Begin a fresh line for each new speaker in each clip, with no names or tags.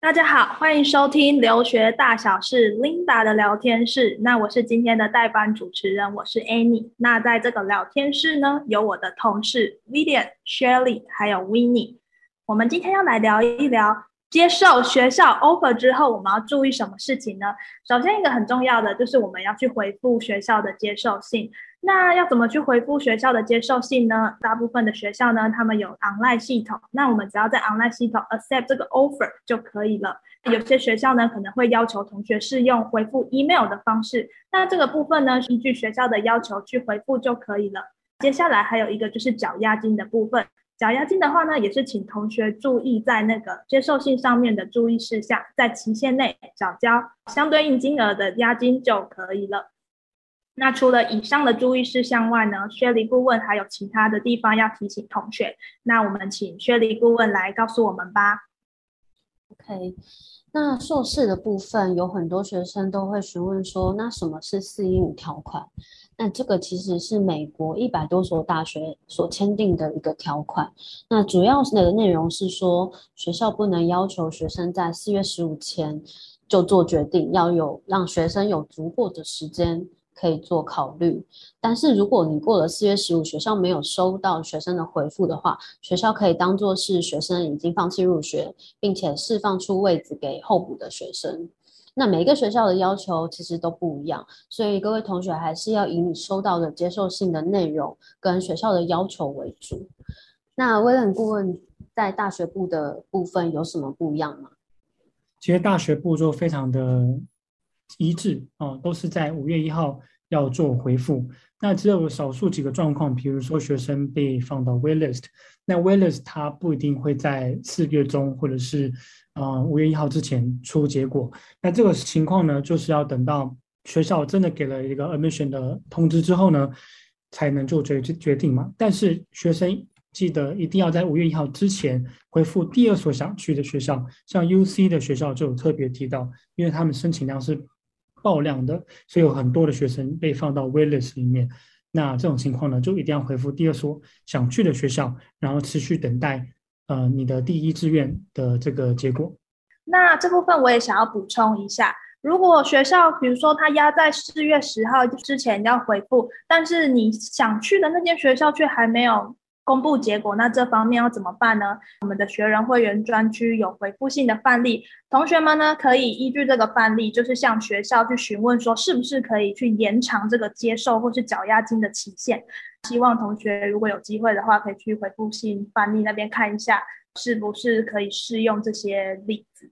大家好，欢迎收听留学大小事 Linda 的聊天室。那我是今天的代班主持人，我是 Annie。那在这个聊天室呢，有我的同事 Vivian、Shirley 还有 Winnie。我们今天要来聊一聊接受学校 offer 之后，我们要注意什么事情呢？首先一个很重要的就是我们要去回复学校的接受信。那要怎么去回复学校的接受信呢？大部分的学校呢，他们有 online 系统，那我们只要在 online 系统 accept 这个 offer 就可以了。有些学校呢，可能会要求同学是用回复 email 的方式，那这个部分呢，依据学校的要求去回复就可以了。接下来还有一个就是缴押金的部分，缴押金的话呢，也是请同学注意在那个接受信上面的注意事项，在期限内缴交相对应金额的押金就可以了。那除了以上的注意事项外呢，薛离顾问还有其他的地方要提醒同学，那我们请薛离顾问来告诉我们吧。
OK，那硕士的部分有很多学生都会询问说，那什么是415条款？那这个其实是美国100多所大学所签订的一个条款。那主要的内容是说，学校不能要求学生在4月15前就做决定，要让学生有足够的时间可以做考虑。但是如果你过了4月15，学校没有收到学生的回复的话，学校可以当作是学生已经放弃入学，并且释放出位置给候补的学生。那每一个学校的要求其实都不一样，所以各位同学还是要以你收到的接受信的内容跟学校的要求为主。那威廉顾问在大学部的部分有什么不一样吗？
其实大学步骤非常的一致啊，都是在5月1号要做回复。那只有少数几个状况，比如说学生被放到 waitlist，那 waitlist 它不一定会在4月中或者是5月1号之前出结果。那这个情况呢，就是要等到学校真的给了一个 admission 的通知之后呢，才能做决定嘛。但是学生记得一定要在5月1号之前回复第二所想去的学校，像 UC 的学校就有特别提到，因为他们申请量是爆量的，所以有很多的学生被放到 waitlist 里面。那这种情况呢，就一定要回复第二所想去的学校，然后持续等待你的第一志愿的这个结果。
那这部分我也想要补充一下，如果学校比如说他压在4月10号之前要回复，但是你想去的那间学校却还没有公布结果，那这方面要怎么办呢？我们的学人会员专区有回复性的范例，同学们呢可以依据这个范例，就是向学校去询问说是不是可以去延长这个接受或是缴押金的期限。希望同学如果有机会的话，可以去回复性范例那边看一下，是不是可以适用这些例子。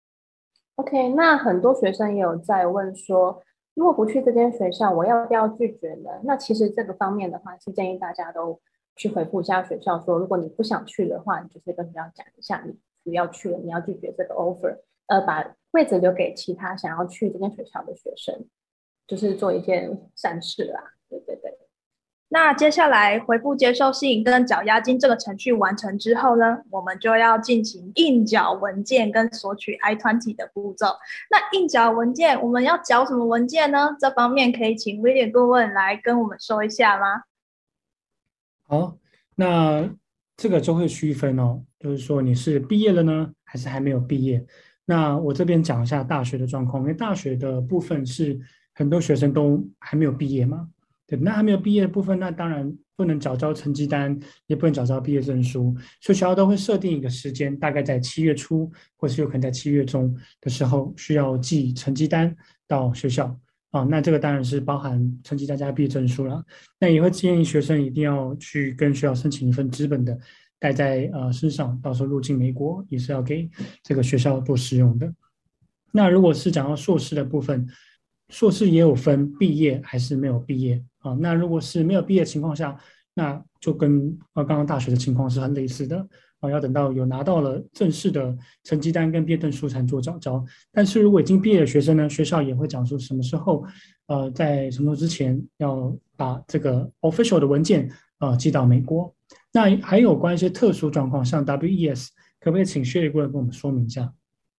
OK，那很多学生也有在问说，如果不去这间学校，我要不要拒绝呢？那其实这个方面的话，是建议大家都去回复一下学校说，如果你不想去的话，你就是跟学校讲一下，你不要去了，你要拒绝这个 offer，把位置留给其他想要去这间学校的学生，就是做一件善事啦。对对对。
那接下来回复接受信跟缴押金这个程序完成之后呢，我们就要进行印缴文件跟索取 I-20 的步骤。那印缴文件我们要缴什么文件呢？这方面可以请威廉顾问来跟我们说一下吗？
好，那这个就会区分哦，就是说你是毕业了呢，还是还没有毕业。那我这边讲一下大学的状况，因为大学的部分是很多学生都还没有毕业嘛。对，那还没有毕业的部分，那当然不能缴交成绩单，也不能缴交毕业证书，所以学校都会设定一个时间，大概在7月初，或是有可能在7月中的时候，需要寄成绩单到学校啊。那这个当然是包含成绩单加毕业证书了。那也会建议学生一定要去跟学校申请一份纸本的，带在身上，到时候入境美国也是要给这个学校做使用的。那如果是讲到硕士的部分，硕士也有分毕业还是没有毕业啊。那如果是没有毕业的情况下，那就跟刚刚大学的情况是很类似的啊，要等到有拿到了正式的成绩单跟毕业证书才能做缴交。但是如果已经毕业的学生呢，学校也会讲述什么时候在什么时候之前要把这个 official 的文件寄到美国。那还有关一些特殊状况，像 WES， 可不可以请薛理过来跟我们说明一下？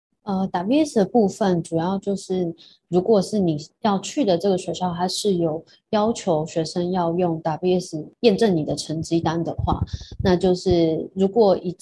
WS 的部分主要就是，如果是你要去的这个学校，它是有要求学生要用 WS 验证你的成绩单的话，那就是如果已经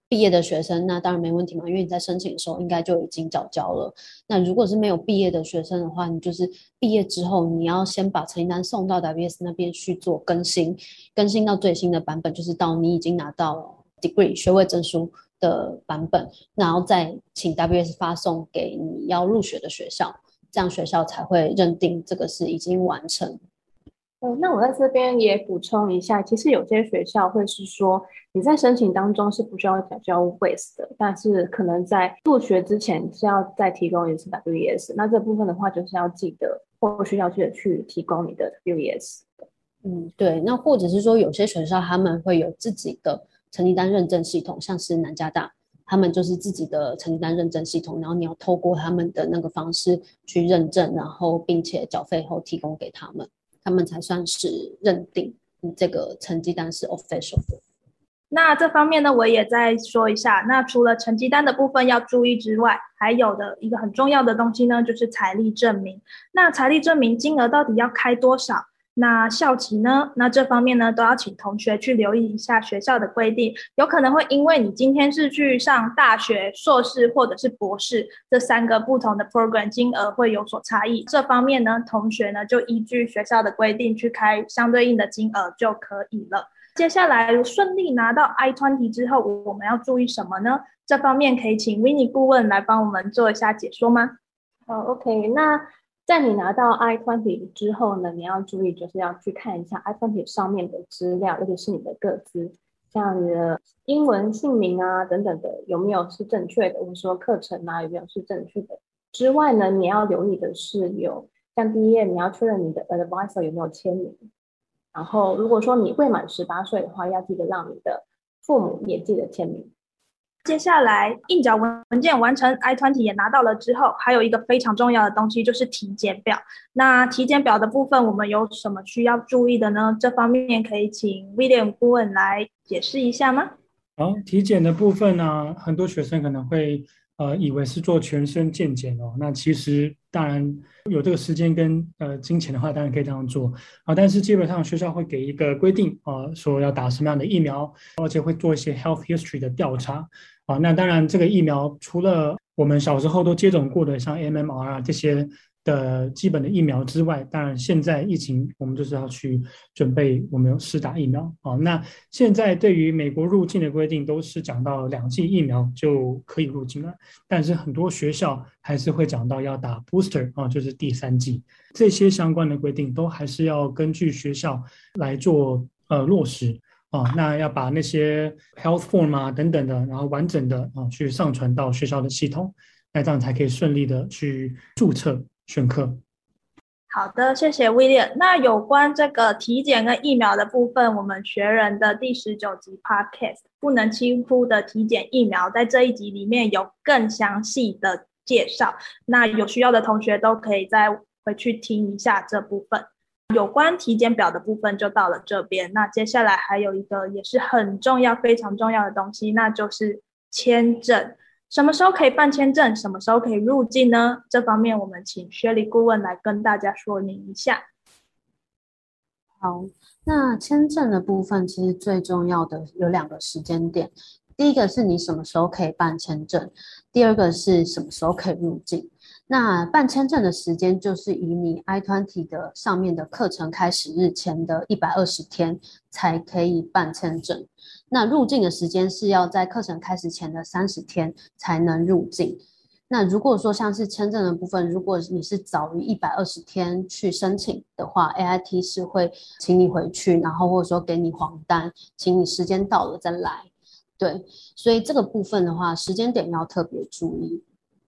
毕业的学生，那当然没问题嘛，因为你在申请的时候应该就已经缴交了。那如果是没有毕业的学生的话，你就是毕业之后，你要先把成绩单送到 WS 那边去做更新，更新到最新的版本，就是到你已经拿到 degree 学位证书的版本，然后再请 WS 发送给你要入学的学校，这样学校才会认定这个是已经完成。
那我在这边也补充一下，其实有些学校会是说你在申请当中是不需要缴交 WES 的，但是可能在入学之前是要再提供一次 WES。那这部分的话，就是要记得或需要记得去提供你的 WES。
对，那或者是说有些学校他们会有自己的成绩单认证系统，像是南加大，他们就是自己的成绩单认证系统，然后你要透过他们的那个方式去认证，然后并且缴费后提供给他们，他们才算是认定你这个成绩单是 official 的。
那这方面呢，我也再说一下。那除了成绩单的部分要注意之外，还有的一个很重要的东西呢，就是财力证明。那财力证明金额到底要开多少？那校期呢？那这方面呢，都要请同学去留意一下学校的规定。有可能会因为你今天是去上大学、硕士或者是博士这3个不同的 program， 金额会有所差异。这方面呢，同学呢就依据学校的规定去开相对应的金额就可以了。接下来顺利拿到 I-20 之后，我们要注意什么呢？这方面可以请 Winnie 顾问来帮我们做一下解说吗？
好 ，OK， 那在你拿到 I-20 之后呢，你要注意就是要去看一下 I-20 上面的资料，尤其是你的个资，像你的英文姓名啊等等的有没有是正确的，或者说课程啊有没有是正确的。之外呢，你要留意的是像第一页你要确认你的 advisor 有没有签名。然后如果说你未满18岁的话，要记得让你的父母也记得签名。
接下来印缴文件完成 I-20 也拿到了之后，还有一个非常重要的东西就是体检表。那体检表的部分我们有什么需要注意的呢？这方面可以请 William 顾问来解释一下吗？
好，体检的部分呢，很多学生可能会以为是做全身健检哦，那其实当然有这个时间跟金钱的话，当然可以这样做啊，但是基本上学校会给一个规定啊，说要打什么样的疫苗，而且会做一些 health history 的调查啊。那当然这个疫苗除了我们小时候都接种过的像 MMR 啊这些的基本的疫苗之外，当然现在疫情我们就是要去准备我们有施打疫苗啊。那现在对于美国入境的规定都是讲到2剂疫苗就可以入境了，但是很多学校还是会讲到要打 booster 啊，就是第3剂，这些相关的规定都还是要根据学校来做落实啊。那要把那些 health form 啊等等的，然后完整的去上传到学校的系统，那这样才可以顺利的去注册选课。
好的，谢谢 William。那有关这个体检跟疫苗的部分，我们学人的第19集 Podcast 不能轻忽的体检疫苗，在这一集里面有更详细的介绍。那有需要的同学都可以再回去听一下这部分。有关体检表的部分就到了这边。那接下来还有一个也是很重要、非常重要的东西，那就是签证。什么时候可以办签证？什么时候可以入境呢？这方面我们请薛丽顾问来跟大家说明一下。
好，那签证的部分其实最重要的有2个时间点，第一个是你什么时候可以办签证，第二个是什么时候可以入境。那办签证的时间就是以你 I-20 的上面的课程开始日前的120天才可以办签证。那入境的时间是要在课程开始前的30天才能入境。那如果说像是签证的部分，如果你是早于120天去申请的话， AIT 是会请你回去，然后或者说给你黄单，请你时间到了再来。对，所以这个部分的话，时间点要特别注意。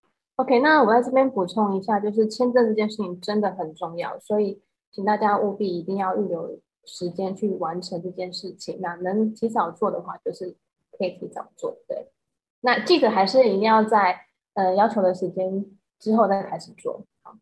OK， 那我在这边补充一下，就是签证这件事情真的很重要，所以请大家务必一定要预留时间去完成这件事情。那能提早做的话，就是可以提早做。对，那记得还是一定要在要求的时间之后再开始做。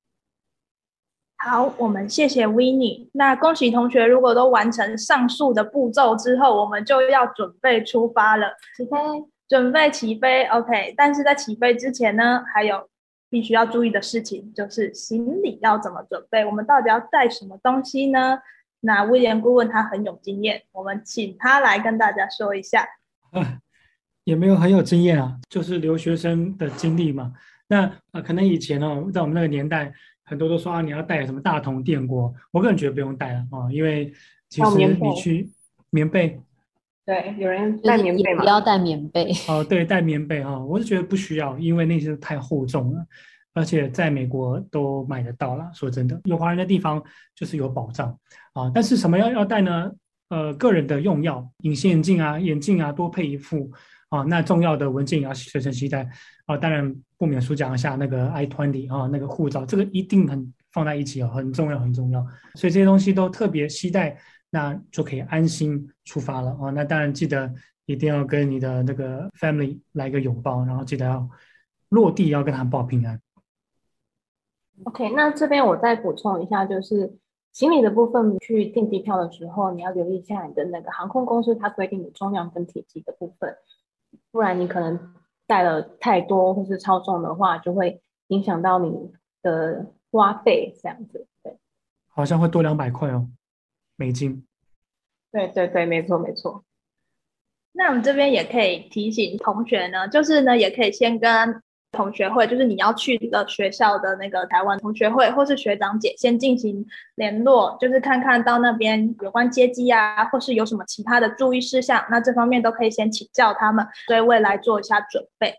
好，我们谢谢 Winnie。那恭喜同学，如果都完成上述的步骤之后，我们就要准备出发了。准备起飞 OK， 但是在起飞之前呢，还有必须要注意的事情，就是行李要怎么准备，我们到底要带什么东西呢？那威廉顾问他很有经验，我们请他来跟大家说一下。
也没有很有经验啊，就是留学生的经历嘛。那可能以前哦，在我们那个年代，很多都说啊，你要带什么大同电锅，我个人觉得不用带了啊，因为其实
还有棉被，
你去棉被
对，有人带
就是也
棉被嘛？
不要带棉被。
哦，对，带棉被哈，我是觉得不需要，因为那些太厚重了，而且在美国都买得到啦。说真的，有华人的地方就是有保障啊。但是什么要带呢？个人的用药，隐形眼镜啊、眼镜啊，多配一副啊。那重要的文件也要随身携带啊。当然不免俗讲一下那个 I-20啊，那个护照，这个一定很放在一起哦，很重要很重要。所以这些东西都特别携带，那就可以安心出发了啊。那当然记得一定要跟你的那个 family 来个拥抱，然后记得要落地要跟他们报平安。
OK，那这边我再补充一下，就是行李的部分，去订机票的时候，你要留意一下你的那个航空公司它规定的重量跟体积的部分，不然你可能带了太多或是超重的话，就会影响到你的花费这样子。对，
好像会多200块哦，美金。
对对对，没错没错。
那我们这边也可以提醒同学呢，就是呢，也可以先跟同学会，就是你要去的学校的那个台湾同学会或是学长姐先进行联络，就是看看到那边有关接机啊，或是有什么其他的注意事项，那这方面都可以先请教他们，对未来做一下准备。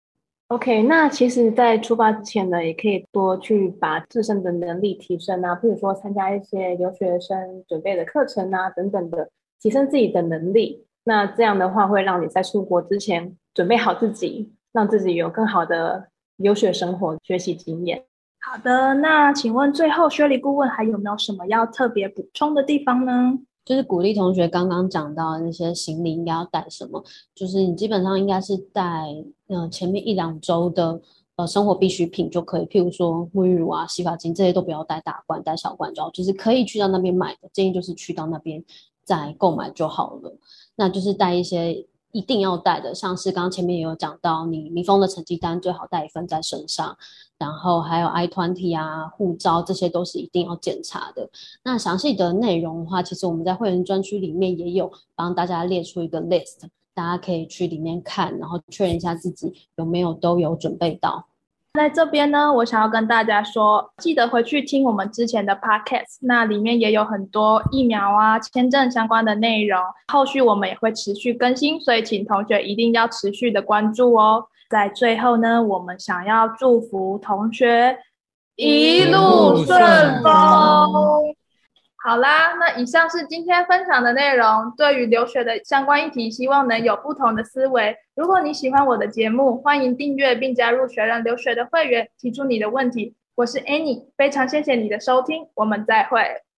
OK，那其实，在出发之前呢，也可以多去把自身的能力提升啊，比如说参加一些留学生准备的课程啊，等等的，提升自己的能力。那这样的话，会让你在出国之前准备好自己，让自己有更好的留学生活、学习经验。
好的，那请问最后薛 h 顾问还有没有什么要特别补充的地方呢？
就是鼓励同学刚刚讲到的那些行李应该要带什么，就是你基本上应该是带前面1-2周的生活必需品就可以，譬如说沐浴乳啊、洗发精这些都不要带大罐，带小罐就好，就是可以去到那边买的，建议就是去到那边再购买就好了。那就是带一些一定要带的，像是刚刚前面也有讲到，你密封的成绩单最好带一份在身上，然后还有 I-20啊、护照，这些都是一定要检查的。那详细的内容的话，其实我们在会员专区里面也有帮大家列出一个 list， 大家可以去里面看，然后确认一下自己有没有都有准备到。
在这边呢，我想要跟大家说，记得回去听我们之前的 podcast， 那里面也有很多疫苗啊、签证相关的内容，后续我们也会持续更新，所以请同学一定要持续的关注哦。在最后呢，我们想要祝福同学一路顺风。好啦，那以上是今天分享的内容。对于留学的相关议题，希望能有不同的思维。如果你喜欢我的节目，欢迎订阅并加入学人留学的会员，提出你的问题。我是 Annie，非常谢谢你的收听，我们再会。